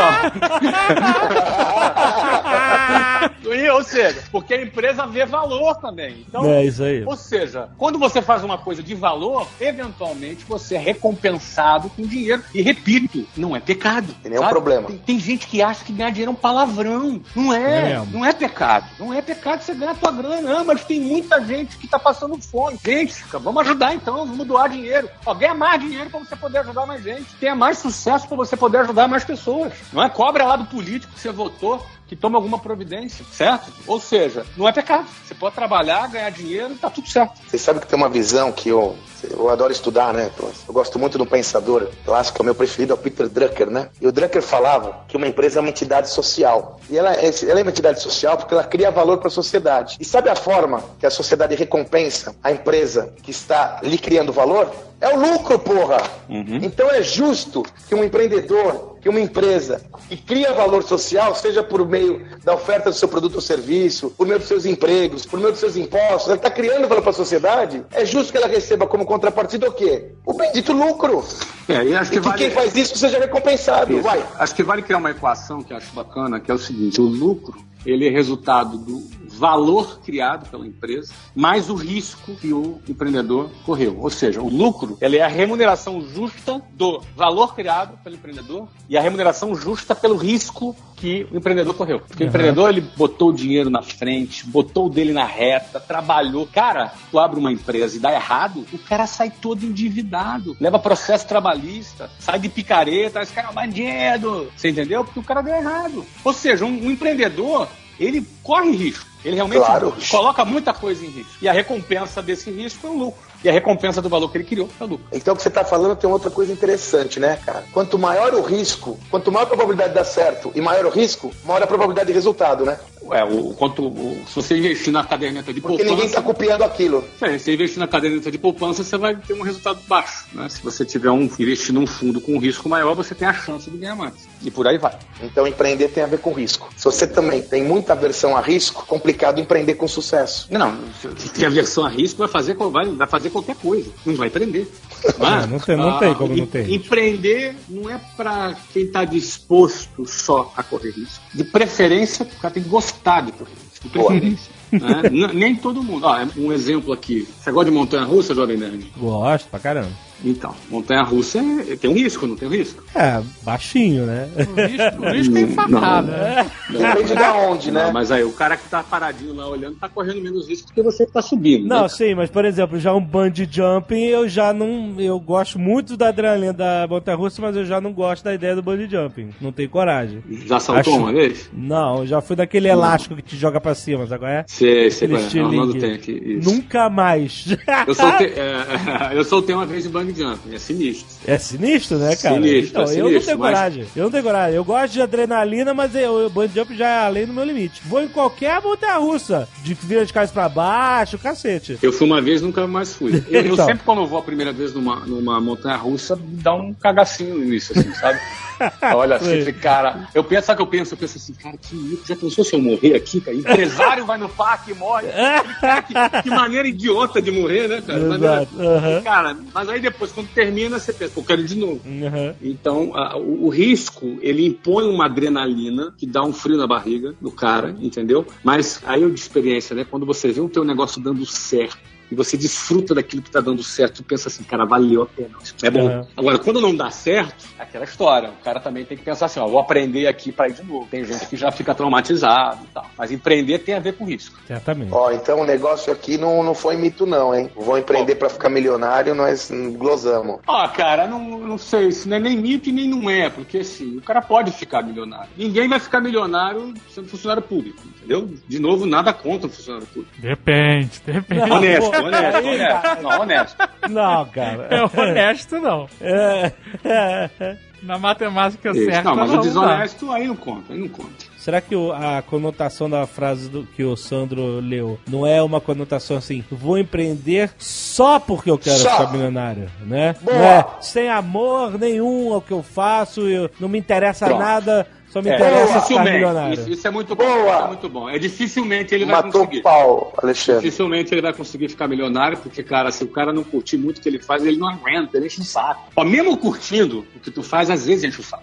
Então... e, ou seja, porque a empresa vê valor também. Então, é isso aí. Ou seja, quando você faz uma coisa de valor, eventualmente você é recompensado com dinheiro. E repito, não é pecado. Tem nenhum problema. Tem, tem gente que acha que ganhar dinheiro é um palavrão. Não é. é. Não é pecado. Não é pecado você ganhar a tua grana. Não, mas tem muita gente que tá passando fome. Gente, vamos ajudar então, vamos doar dinheiro. Ó, ganha mais dinheiro pra você poder ajudar mais gente. Tenha mais sucesso pra você poder ajudar mais pessoas. Não é? Cobra lá do político que você votou, que toma alguma providência, certo? Ou seja, não é pecado. Você pode trabalhar, ganhar dinheiro, tá tudo certo. Vocês sabem que tem uma visão que eu, eu adoro estudar, né? Eu gosto muito de um pensador clássico, o meu preferido é o Peter Drucker, né? E o Drucker falava que uma empresa é uma entidade social. E ela, ela é uma entidade social porque ela cria valor para a sociedade. E sabe a forma que a sociedade recompensa a empresa que está lhe criando valor? É o lucro, porra! Uhum. Então é justo que um empreendedor, que uma empresa que cria valor social, seja por meio da oferta do seu produto ou serviço, por meio dos seus empregos, por meio dos seus impostos, ela está criando valor para a sociedade, é justo que ela receba como contrapartida o quê? O bendito lucro. É, e acho que, e que vale... quem faz isso seja recompensado. Isso. Vai. Acho que vale criar uma equação que eu acho bacana, que é o seguinte: o lucro, ele é resultado do valor criado pela empresa, mais o risco que o empreendedor correu. Ou seja, o lucro, ele é a remuneração justa do valor criado pelo empreendedor e a remuneração justa pelo risco que o empreendedor correu. Porque uhum. o empreendedor, ele botou o dinheiro na frente, botou o dele na reta, trabalhou. Cara, tu abre uma empresa e dá errado, o cara sai todo endividado, leva processo trabalhista, sai de picareta, esse cara é um bandido. Você entendeu? Porque o cara deu errado. Ou seja, um, um empreendedor, ele corre risco. Ele realmente claro. coloca muita coisa em risco. E a recompensa desse risco é o lucro. E a recompensa do valor que ele criou é o lucro. Então o que você está falando tem outra coisa interessante, né, cara? Quanto maior o risco, quanto maior a probabilidade de dar certo e maior o risco, maior a probabilidade de resultado, né? É, o, quanto, o, se você investir na caderneta de Porque poupança... ninguém está copiando aquilo. É, se você investir na caderneta de poupança, você vai ter um resultado baixo, né? Se você tiver um, investir num fundo com um risco maior, você tem a chance de ganhar mais. E por aí vai. Então empreender tem a ver com risco. Se você também tem muita aversão a risco, complicado empreender com sucesso. Não, se tem aversão a risco, vai fazer, vai, vai fazer qualquer coisa. Não vai empreender. Mas, não, não tem, não tem como ah, não ter. Empreender não é para quem está disposto só a correr risco. De preferência, o cara tem que gostar de correr risco. De preferência. Né? Nem todo mundo. Ó, um exemplo aqui. Você gosta de montanha-russa, Jovem Nerd? Gosto pra caramba. Então, montanha-russa é, tem um risco, não tem um risco? É, baixinho, né? O risco, o risco é infartado, né? Depende de onde, né? Não, mas aí, o cara que tá paradinho lá olhando tá correndo menos risco do que você que tá subindo. Não, né? sim, mas por exemplo, já um bungee jumping, eu já não... Eu gosto muito da adrenalina da montanha-russa, mas eu já não gosto da ideia do bungee jumping. Não tenho coragem. Já saltou Acho... uma vez? Não, já fui daquele elástico que te joga pra cima, sabe qual é? Sei, sei, Aquele é. estilingue. Orlando tem aqui. Isso. Nunca mais. Eu soltei, é, eu soltei uma vez em bungee jumping, é sinistro. É sinistro, né, cara? Sinistro, então, é eu não sinistro, tenho mas- coragem. Eu não tenho coragem. Eu gosto de adrenalina, mas eu, o bungee jump já é além do meu limite. Vou em qualquer montanha-russa, de vira de casa pra baixo, cacete. Eu fui uma vez, nunca mais fui. Eu, eu Então. sempre, quando eu vou a primeira vez numa, numa montanha-russa, me dá um cagacinho no início, assim, sabe? Olha, assim, Sim. cara, eu penso, sabe o que eu penso? Eu penso assim, cara, que mico, já pensou se eu morrer aqui, cara? Empresário vai no parque e morre. Cara, que, que maneira idiota de morrer, né, cara? Maneira- Exato. Aham. Cara, mas aí depois, quando termina, você pensa, pô, eu quero ir de novo. Uhum. Então, a- o, o risco, ele impõe uma adrenalina que dá um frio na barriga do cara, entendeu? Mas aí eu de experiência, né? Quando você vê o teu negócio dando certo, e você desfruta daquilo que tá dando certo, tu pensa assim, cara, valeu a pena. É bom. Uhum. Agora, quando não dá certo, é aquela história. O cara também tem que pensar assim, ó, vou aprender aqui pra ir de novo. Tem gente que já fica traumatizado e tal. Mas empreender tem a ver com risco. Certamente. Ó, então o negócio aqui não, não foi mito não, hein? Vou empreender pra ficar milionário, nós hum, glosamos. Ah, cara, não, não sei, isso não é nem mito e nem não é, porque assim, o cara pode ficar milionário. Ninguém vai ficar milionário sendo funcionário público, entendeu? De novo, nada contra o funcionário público. Depende, depende. Não, Honesto, pô, honesto, aí, honesto. cara. Não, honesto. Não, cara. É honesto, não. É, é. Na matemática Isso. certa, Não, mas o não dá. desonesto aí não conta, aí não conta. Será que o- a conotação da frase do, que o Sandro leu não é uma conotação assim, vou empreender só porque eu quero Só. ficar milionário, né? Boa. Não é sem amor nenhum ao que eu faço, eu, não me interessa Pronto. nada, só me É, interessa ficar dificilmente. milionário. Isso, isso é muito bom. Boa. Isso é muito bom. É dificilmente ele vai Matou conseguir. o pau, Alexandre. Dificilmente ele vai conseguir ficar milionário, porque, cara, se o cara não curtir muito o que ele faz, ele não aguenta, ele enche o saco. Ó, mesmo curtindo o que tu faz, às vezes enche o saco.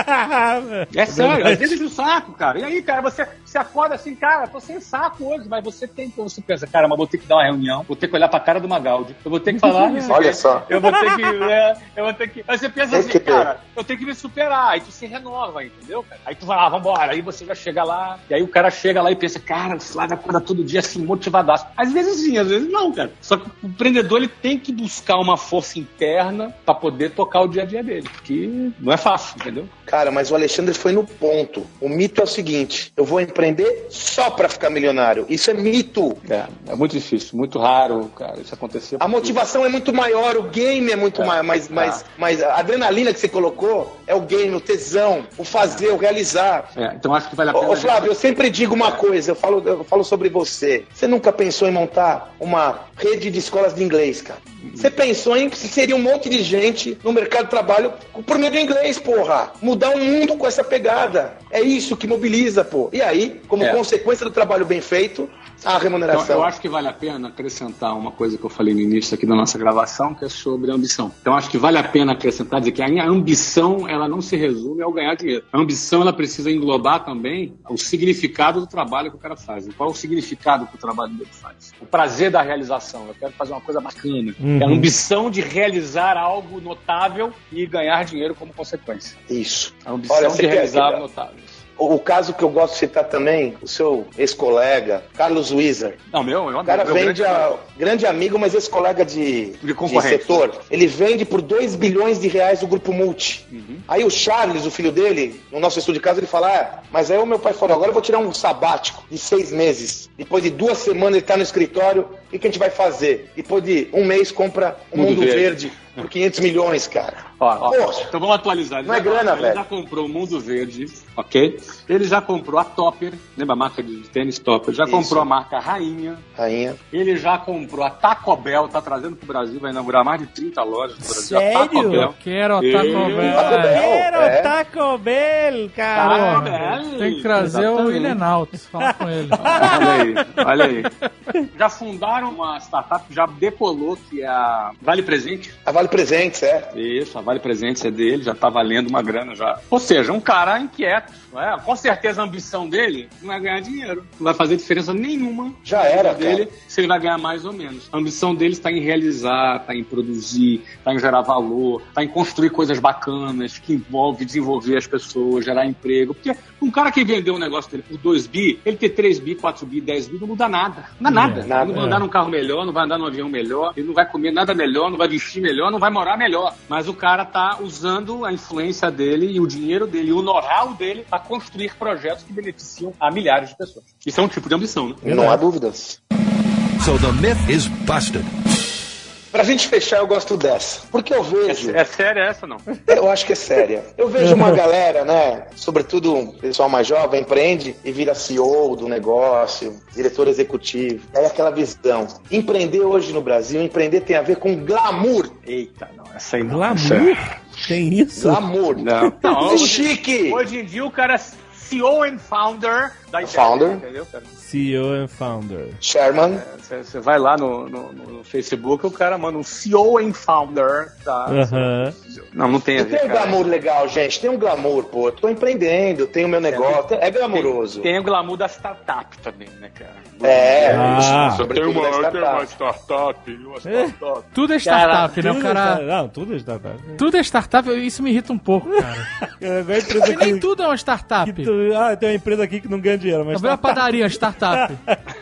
É sério, às vezes enche o saco, cara. E aí, cara, você, você acorda assim, cara, tô sem saco hoje, mas você tem, então você pensa, cara, mas vou ter que dar uma reunião, vou ter que olhar pra cara do Magaldi, eu vou ter que falar isso. Olha aqui, só. Eu vou ter que. É, eu vou ter que. Aí você pensa Tem assim, que ter. cara, eu tenho que me superar. Aí tu se renova, entendeu, cara? Aí tu vai lá, vambora. Aí você já chega lá, e aí o cara chega lá e pensa, cara, o Flávio acorda todo dia assim, motivadaço. Às vezes sim, às vezes não, cara. Só que o empreendedor, ele tem que buscar uma força interna pra poder tocar o dia a dia dele, porque não é fácil, entendeu? Cara, mas o Alexandre foi no ponto. O mito é o seguinte, eu vou empreender só pra ficar milionário. Isso é mito. É, é muito difícil, muito raro, cara, isso acontecer. A motivação é muito maior, o game é muito maior, mas, mas, mas a adrenalina que você colocou é o game, o tesão, o fazer, o realizar. É, então acho que vale a pena. Ô, ô Flávio, eu sempre digo uma coisa, eu falo, eu falo sobre você. Você nunca pensou em montar uma rede de escolas de inglês, cara? Você pensou em que seria um monte de gente no mercado de trabalho por meio do inglês, porra. Mudar o mundo com essa pegada. É isso que mobiliza, pô. E aí, como É. consequência do trabalho bem feito, a remuneração. Então, eu acho que vale a pena acrescentar uma coisa que eu falei no início aqui da nossa gravação, que é sobre a ambição. Então, acho que vale a pena acrescentar, dizer que a ambição, ela não se resume ao ganhar dinheiro. A ambição, ela precisa englobar também o significado do trabalho que o cara faz. E qual é o significado que o trabalho dele faz? O prazer da realização. Eu quero fazer uma coisa bacana. Uhum. É a ambição de realizar algo notável e ganhar dinheiro como consequência. Isso. A ambição Olha, de você quer- realizar algo notável. O, o caso que eu gosto de citar também, o seu ex-colega, Carlos Wizard. Não, meu, meu O cara meu vende, grande a, grande amigo, mas ex-colega de, De concorrente. setor. Ele vende por dois bilhões de reais o Grupo Multi. Uhum. Aí o Charles, o filho dele, no nosso estudo de casa, ele fala, ah, mas aí o meu pai falou, agora eu vou tirar um sabático de seis meses. Depois de duas semanas ele tá no escritório, o que, que a gente vai fazer? Depois de um mês compra o Mundo Mundo, Verde. Verde. por quinhentos milhões, cara. Ó, ó, Poxa. então vamos atualizar. Ele Não é já, grana, ele velho. já comprou o Mundo Verde, ok? Ele já comprou a Topper, lembra a marca de tênis Topper? Já Isso. comprou a marca Rainha. Rainha. Ele já comprou a Taco Bell, tá trazendo pro Brasil, vai inaugurar mais de trinta lojas no Brasil. A Sério? Taco Bell. Quero Taco E- Bell. Taco Bell. Quero é. Taco Bell, cara. Taco Porra, Bell. tem que trazer o Exatamente. William Altos, falar com ele. Olha aí, olha aí. Já fundaram uma startup que já decolou, que é a Vale Presente. A Vale Presentes, é. Isso, a Vale Presentes é dele, já tá valendo uma grana já. Ou seja, um cara inquieto, não é? Com certeza a ambição dele não é ganhar dinheiro. Não vai fazer diferença nenhuma. Já era, na vida dele, cara. se ele vai ganhar mais ou menos. A ambição dele está em realizar, está em produzir, está em gerar valor, está em construir coisas bacanas, que envolve desenvolver as pessoas, gerar emprego. Porque um cara que vendeu um negócio dele por dois bi, ele ter três bi, quatro bi, dez bi, não muda nada. Não dá nada. nada, não, dá, é. não um carro melhor, não vai andar num avião melhor, ele não vai comer nada melhor, não vai vestir melhor, não vai morar melhor. Mas o cara tá usando a influência dele e o dinheiro dele e o know-how dele para construir projetos que beneficiam a milhares de pessoas. Isso é um tipo de ambição, né? Não há dúvidas. So the myth is busted. Pra gente fechar, eu gosto dessa. Porque eu vejo... É, é séria essa, não? Eu acho que é séria. Eu vejo uma galera, né, sobretudo o pessoal mais jovem, empreende e vira C E O do negócio, diretor executivo. É aquela visão. Empreender hoje no Brasil, empreender tem a ver com glamour. Eita, não, essa aí não. Glamour? Tem isso? Glamour. Não. Não, É hoje, chique. hoje em dia o cara é C E O and founder da ideia, Founder. entendeu, cara? C E O and Founder. Sherman. Você vai lá no, no, no Facebook, o cara manda um C E O and founder da... Aham. Não, não tem a E ver, tem um cara. glamour legal, gente. Tem um glamour, pô. Tô empreendendo, tenho meu negócio. É glamouroso. Tem, tem o glamour da startup também, né, cara? É, Ah. sobretudo da startup. startup, uma startup. Tudo é startup, né? O Tudo cara... é- Não, tudo é startup. Tudo é startup, isso me irrita um pouco, cara. É uma empresa Porque nem que, tudo é uma startup. que tu- ah, tem uma empresa aqui que não ganha dinheiro, mas Eu vi uma padaria, uma startup.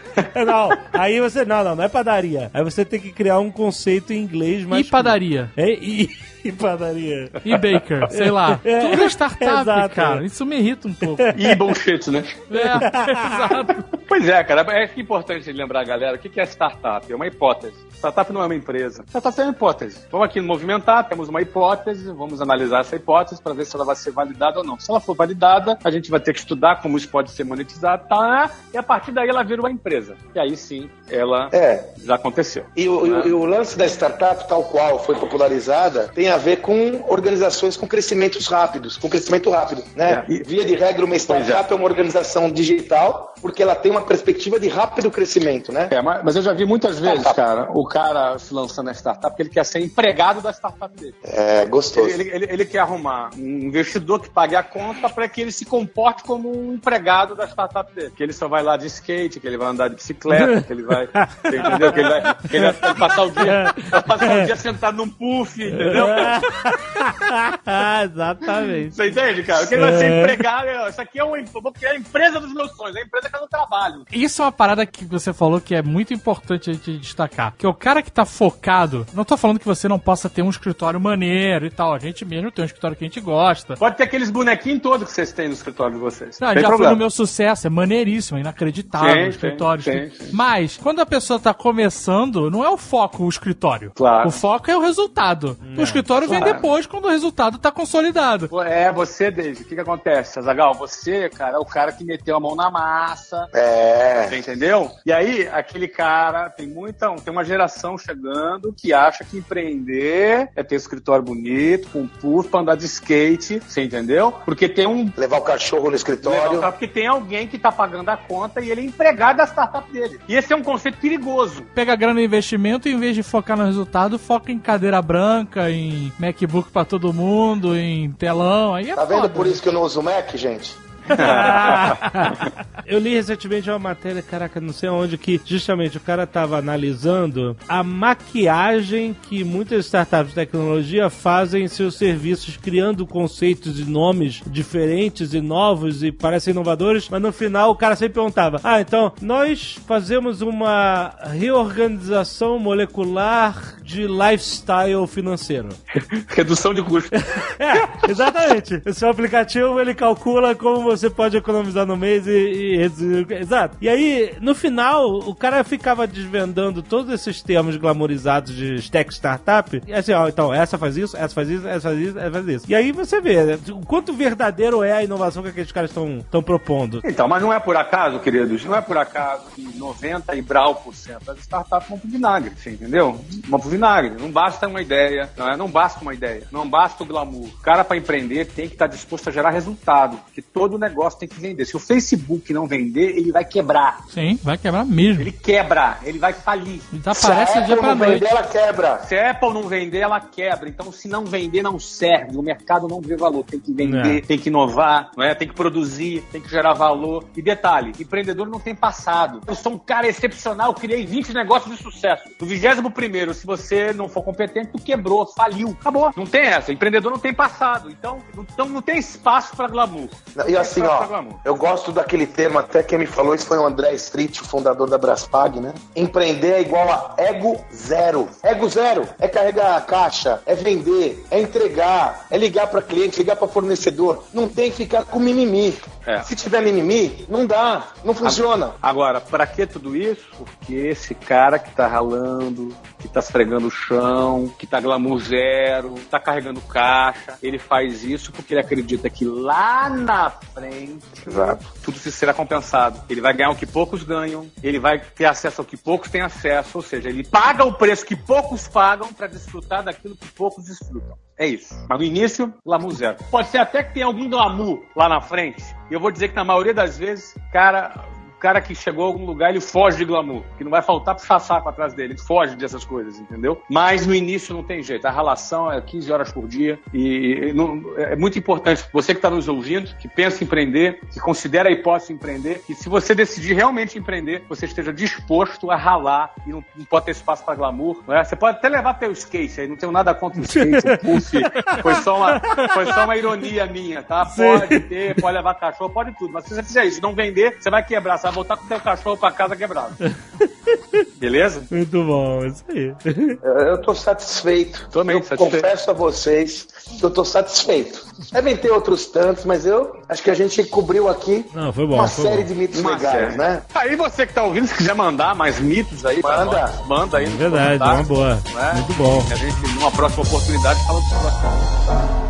não, aí você não, não, não é padaria. Aí você tem que criar um conceito em inglês mais E padaria. É, e, e padaria. E baker, sei lá. É, Tudo é startup, exato. cara. Isso me irrita um pouco. E bullshit, né? É, exato. Pois é, cara, é importante lembrar, galera, o que é startup? É uma hipótese. Startup não é uma empresa. Startup é uma hipótese. Vamos aqui no Movimentar, temos uma hipótese, vamos analisar essa hipótese para ver se ela vai ser validada ou não. Se ela for validada, a gente vai ter que estudar como isso pode ser monetizado, tá? E a partir daí ela vira uma empresa. E aí sim, ela É. já aconteceu. E o, e o- e o lance da startup, tal qual foi popularizada, tem a ver com organizações com crescimentos rápidos, com crescimento rápido, né? É. Via de regra, uma startup é. uma organização digital, porque ela tem uma perspectiva de rápido crescimento, né? É, mas, mas eu já vi muitas vezes, cara, o cara se lançando na startup porque ele quer ser empregado da startup dele. É gostoso. Ele, ele, ele quer arrumar um investidor que pague a conta para que ele se comporte como um empregado da startup dele. Que ele só vai lá de skate, que ele vai andar de bicicleta, que ele vai. Você entendeu? Que ele vai, que ele vai passar o dia, vai passar o dia sentado num puff, entendeu? Exatamente. Você entende, cara? Que ele vai ser empregado. Isso aqui é uma, eu vou criar a empresa dos meus sonhos, é a empresa que eu não trabalho. Isso é uma parada que você falou que é muito importante a gente destacar. Que o cara que tá focado... Não tô falando que você não possa ter um escritório maneiro e tal. A gente mesmo tem um escritório que a gente gosta. Pode ter aqueles bonequinhos todos que vocês têm no escritório de vocês. Não, Tem já problema. foi no meu sucesso, é maneiríssimo, é inacreditável Tem, o escritório. tem, tem, tem. Mas, quando a pessoa tá começando, não é o foco o escritório. Claro. O foco é o resultado. O escritório vem claro. depois, quando o resultado tá consolidado. É, você, David, o que que acontece, Azaghal? Você, cara, é o cara que meteu a mão na massa, É. você entendeu? E aí, aquele cara, tem muita, tem uma geração chegando que acha que empreender é ter escritório bonito, com puff pra andar de skate, você entendeu? Porque tem um... Levar o cachorro no escritório. Porque tem alguém que tá pagando a conta e ele é empregado da startup dele. E esse é um conceito perigoso. Pega a grana no investimento e em vez de focar no resultado, foca em cadeira branca, em MacBook pra todo mundo, em telão. Aí é Tá vendo foda. por isso que eu não uso Mac, gente? Eu li recentemente uma matéria, caraca, não sei onde, que justamente o cara tava analisando a maquiagem que muitas startups de tecnologia fazem em seus serviços, criando conceitos e nomes diferentes e novos e parecem inovadores, mas no final o cara sempre perguntava: ah, então nós fazemos uma reorganização molecular de lifestyle financeiro. Redução de custo. É, exatamente. O seu aplicativo, ele calcula como você pode economizar no mês e, e reduzir. Exato. E aí, no final, o cara ficava desvendando todos esses termos glamorizados de tech startup. E assim, ó, então, essa faz isso, essa faz isso, essa faz isso, essa faz isso. E aí você vê, né, o quanto verdadeiro é a inovação que aqueles caras estão propondo. Então, mas não é por acaso, queridos, não é por acaso que noventa e brau por cento das startups vão pro vinagre, você entendeu? Vão pro vinagre. Não basta uma ideia, não, é? Não basta uma ideia, não basta o glamour. O cara, para empreender, tem que estar disposto a gerar resultado, porque todo negócio tem que vender. Se o Facebook não vender, ele vai quebrar. Sim, vai quebrar mesmo. Ele quebra, ele vai falir. Desaparece Se a do dia Apple pra não noite. vender, ela quebra. Se a Apple não vender, ela quebra. Então, se não vender, não serve. O mercado não vê valor. Tem que vender, É. tem que inovar, não é? Tem que produzir, tem que gerar valor. E detalhe, empreendedor não tem passado. Eu sou um cara excepcional, criei vinte negócios de sucesso. No vigésimo primeiro, se você não for competente, tu quebrou, faliu. Acabou. Não tem essa. Empreendedor não tem passado. Então, então não tem espaço pra glamour. E assim, assim, ó, eu gosto daquele termo, até quem me falou isso foi o André Street, o fundador da Braspag, né? Empreender é igual a ego zero. Ego zero é carregar a caixa, é vender, é entregar, é ligar para cliente, ligar para fornecedor. Não tem que ficar com mimimi. É. Se tiver mimimi, não dá, não funciona. Agora, pra que tudo isso? Porque esse cara que tá ralando, que tá esfregando o chão, que tá glamour zero, tá carregando caixa, ele faz isso porque ele acredita que lá na frente, exato, tudo isso será compensado. Ele vai ganhar o que poucos ganham, ele vai ter acesso ao que poucos têm acesso, ou seja, ele paga o preço que poucos pagam pra desfrutar daquilo que poucos desfrutam. É isso. Mas no início, glamour zero. Pode ser até que tenha algum glamour lá na frente. E eu vou dizer que na maioria das vezes, cara... O cara que chegou a algum lugar, ele foge de glamour, que não vai faltar puxar saco atrás dele, ele foge dessas coisas, entendeu? Mas no início não tem jeito, a relação é quinze horas por dia e não, é muito importante, você que está nos ouvindo, que pensa em empreender, que considera a hipótese de empreender, que se você decidir realmente empreender, você esteja disposto a ralar e não, não pode ter espaço para glamour, não é? Você pode até levar teu skate, aí não tenho nada contra o skate, o puff, foi só, uma, foi só uma ironia minha, tá? Pode Sim. ter, pode levar cachorro, pode tudo, mas se você fizer isso, não vender, você vai quebrar, vai voltar com o teu cachorro pra casa quebrado. Beleza? Muito bom, isso aí. Eu tô satisfeito. Também eu satisfeito. Confesso a vocês que eu tô satisfeito. Devem ter outros tantos, mas eu acho que a gente cobriu aqui Não, foi bom, uma foi série bom. de mitos uma legais, série. né? Aí você que tá ouvindo, se quiser mandar mais mitos aí, manda. Nós, manda aí. É verdade, uma boa. Né? Muito bom. E a gente, numa próxima oportunidade, fala do próximo.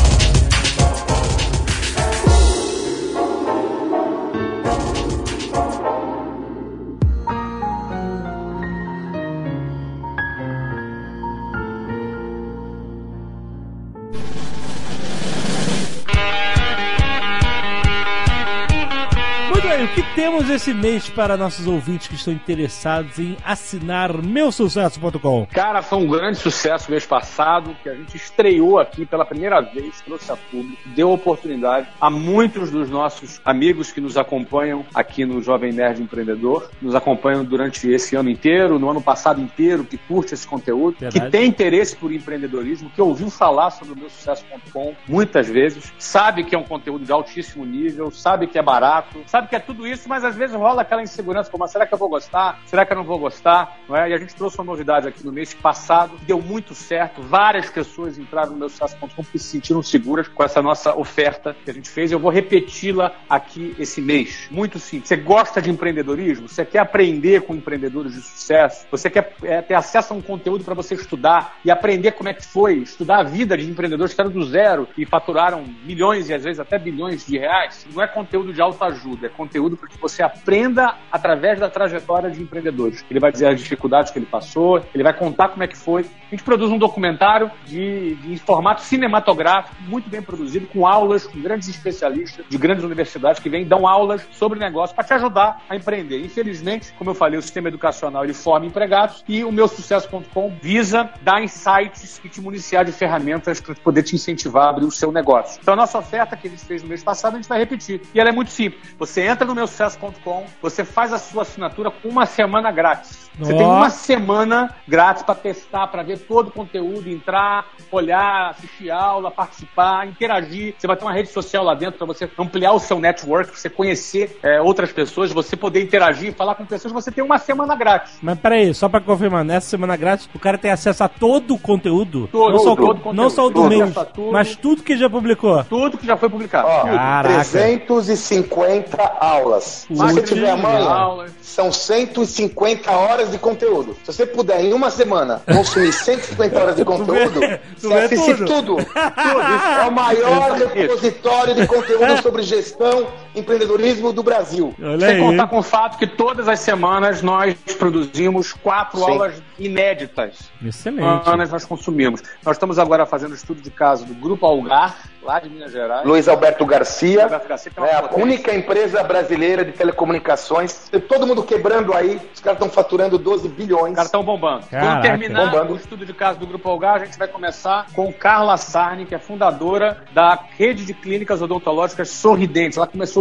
O que temos esse mês para nossos ouvintes que estão interessados em assinar meu sucesso ponto com? Cara, foi um grande sucesso mês passado, que a gente estreou aqui pela primeira vez, trouxe a público, deu oportunidade a muitos dos nossos amigos que nos acompanham aqui no Jovem Nerd Empreendedor, nos acompanham durante esse ano inteiro, no ano passado inteiro, que curte esse conteúdo, Verdade. que tem interesse por empreendedorismo, que ouviu falar sobre o meu sucesso ponto com muitas vezes, sabe que é um conteúdo de altíssimo nível, sabe que é barato, sabe que é tudo isso, mas às vezes rola aquela insegurança, como, será que eu vou gostar? Será que eu não vou gostar? Não é? E a gente trouxe uma novidade aqui no mês passado, que deu muito certo, várias pessoas entraram no meu sucesso ponto com porque se sentiram seguras com essa nossa oferta que a gente fez, e eu vou repeti-la aqui esse mês. Muito simples. Você gosta de empreendedorismo? Você quer aprender com empreendedores de sucesso? Você quer é, ter acesso a um conteúdo para você estudar e aprender como é que foi, estudar a vida de empreendedores que eram do zero e faturaram milhões e às vezes até bilhões de reais? Não é conteúdo de autoajuda, é conteúdo para que você aprenda através da trajetória de empreendedores. Ele vai dizer as dificuldades que ele passou, ele vai contar como é que foi. A gente produz um documentário de, de, em formato cinematográfico, muito bem produzido, com aulas, com grandes especialistas de grandes universidades que vêm e dão aulas sobre negócio para te ajudar a empreender. Infelizmente, como eu falei, o sistema educacional ele forma empregados e o meu sucesso ponto com visa dar insights e te municiar de ferramentas para poder te incentivar a abrir o seu negócio. Então a nossa oferta que a gente fez no mês passado, a gente vai repetir. E ela é muito simples. Você entra no meu sucesso ponto com, você faz a sua assinatura com uma semana grátis. Você oh. tem uma semana grátis para testar, para ver todo o conteúdo, entrar, olhar, assistir aula, participar, interagir. Você vai ter uma rede social lá dentro para você ampliar o seu network, para você conhecer é, outras pessoas, você poder interagir, falar com pessoas. Você tem uma semana grátis. Mas peraí, só para confirmar, nessa semana grátis o cara tem acesso a todo o conteúdo? Todo, não só, todo o, conteúdo. Não só o do todo. mês, mas tudo que já publicou? Tudo que já foi publicado. Ó, Caraca. trezentas e cinquenta aulas. Se você tiver amanhã, são cento e cinquenta horas de conteúdo. Se você puder, em uma semana, consumir cento e cinquenta horas de conteúdo, você assiste tudo. tudo. tudo. É o maior repositório de conteúdo sobre gestão e empreendedorismo do Brasil. Olha Sem aí. contar com o fato que todas as semanas nós produzimos quatro Sim. aulas inéditas. Excelente. Anos nós consumimos. Nós estamos agora fazendo o estudo de caso do Grupo Algar, lá de Minas Gerais. Luiz Alberto Garcia, Alberto Garcia que é, é a única empresa brasileira de telecomunicações. Todo mundo quebrando aí, os caras estão faturando doze bilhões. Os caras estão bombando. Caraca. Quando terminar bombando. o estudo de caso do Grupo Algar, a gente vai começar com Carla Sarni, que é fundadora da rede de clínicas odontológicas Sorridentes. Ela começou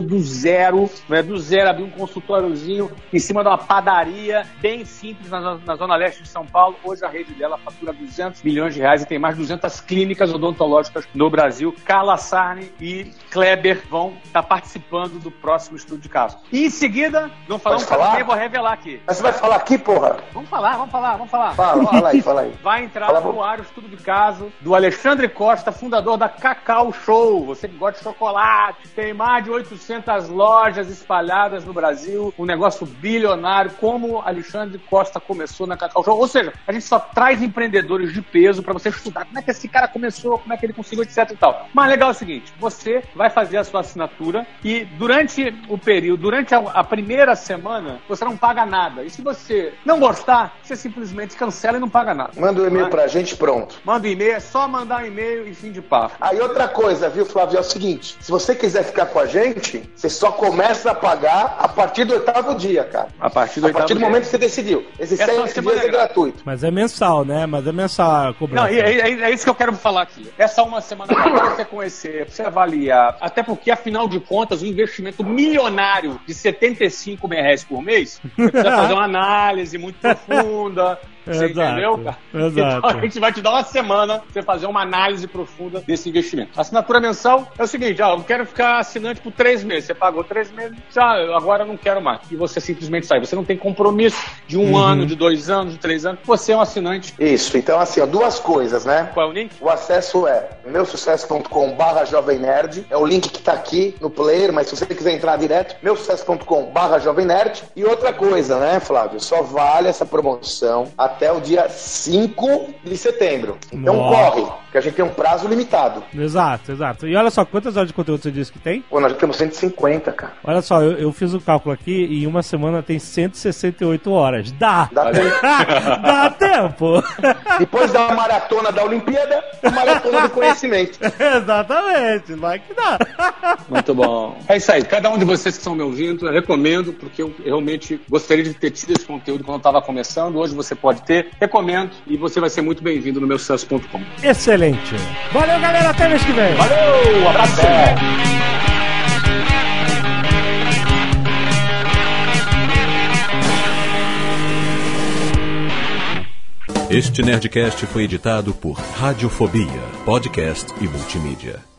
do zero, né, do zero, abrir um consultóriozinho em cima de uma padaria bem simples na, na zona leste de São Paulo. Hoje a rede dela fatura duzentos milhões de reais e tem mais de duzentas clínicas odontológicas no Brasil. Carla Sarni e Kleber vão estar tá participando do próximo estudo de caso. E em seguida, não falamos para ninguém, vou revelar aqui. Mas você vai falar aqui, porra? Vamos falar, vamos falar, vamos falar. Fala, fala aí, fala aí. Vai entrar fala, no ar o estudo de caso do Alexandre Costa, fundador da Cacau Show. Você que gosta de chocolate, tem mais de oitocentas lojas espalhadas no Brasil, um negócio bilionário, como Alexandre Costa começou na Cacau Show. Ou seja, a gente só traz empreendedores de peso para você estudar como é que esse cara começou, como é que ele conseguiu, etc e tal. Mas legal é o seguinte, você vai fazer a sua assinatura e durante o período, durante a, a primeira semana, você não paga nada. E se você não gostar, você simplesmente cancela e não paga nada. Manda um e-mail pra gente, pronto. Manda um e-mail, é só mandar um e-mail e fim de papo. Aí outra coisa, viu, Flávio, é o seguinte, se você quiser ficar com a gente, você só começa a pagar a partir do oitavo dia, cara. A partir do, a partir do momento que você decidiu. Esses sete dias é gratuito. Mas é mensal, né? Mas é mensal a cobrança. Não, é, é, é isso que eu quero falar aqui. Essa uma semana pra você conhecer, pra você avaliar, até porque, afinal de contas, um investimento milionário de setenta e cinco mil reais por mês, você precisa fazer uma análise muito profunda. Você Exato, entendeu, cara? Exato. Então a gente vai te dar uma semana pra você fazer uma análise profunda desse investimento. A assinatura mensal é o seguinte, ó, eu quero ficar assinante por três meses. Você pagou três meses, já, agora eu não quero mais. E você simplesmente sai. Você não tem compromisso de um uhum. ano, de dois anos, de três anos. Você é um assinante. Isso, então assim, ó, duas coisas, né? Qual é o link? O acesso é meu sucesso ponto com barra jovem nerd. É o link que tá aqui no player, mas se você quiser entrar direto, meu sucesso ponto com barra jovem nerd. E outra coisa, né, Flávio? Só vale essa promoção até o dia cinco de setembro. Então Nossa. corre, que a gente tem um prazo limitado. Exato, exato. E olha só, quantas horas de conteúdo você disse que tem? Pô, nós já temos cento e cinquenta, cara. Olha só, eu, eu fiz o cálculo aqui e em uma semana tem cento e sessenta e oito horas. Dá! Dá tempo. Dá tempo! Depois da maratona da Olimpíada, a maratona do conhecimento. Exatamente, vai que dá. Muito bom. É isso aí. Cada um de vocês que estão me ouvindo, eu recomendo, porque eu realmente gostaria de ter tido esse conteúdo quando eu estava começando. Hoje você pode ter. Recomendo e você vai ser muito bem-vindo no meu sucesso ponto com. Excelente. Valeu, galera. Até mês que vem. Valeu. Um abraço. Este Nerdcast foi editado por Radiofobia, podcast e multimídia.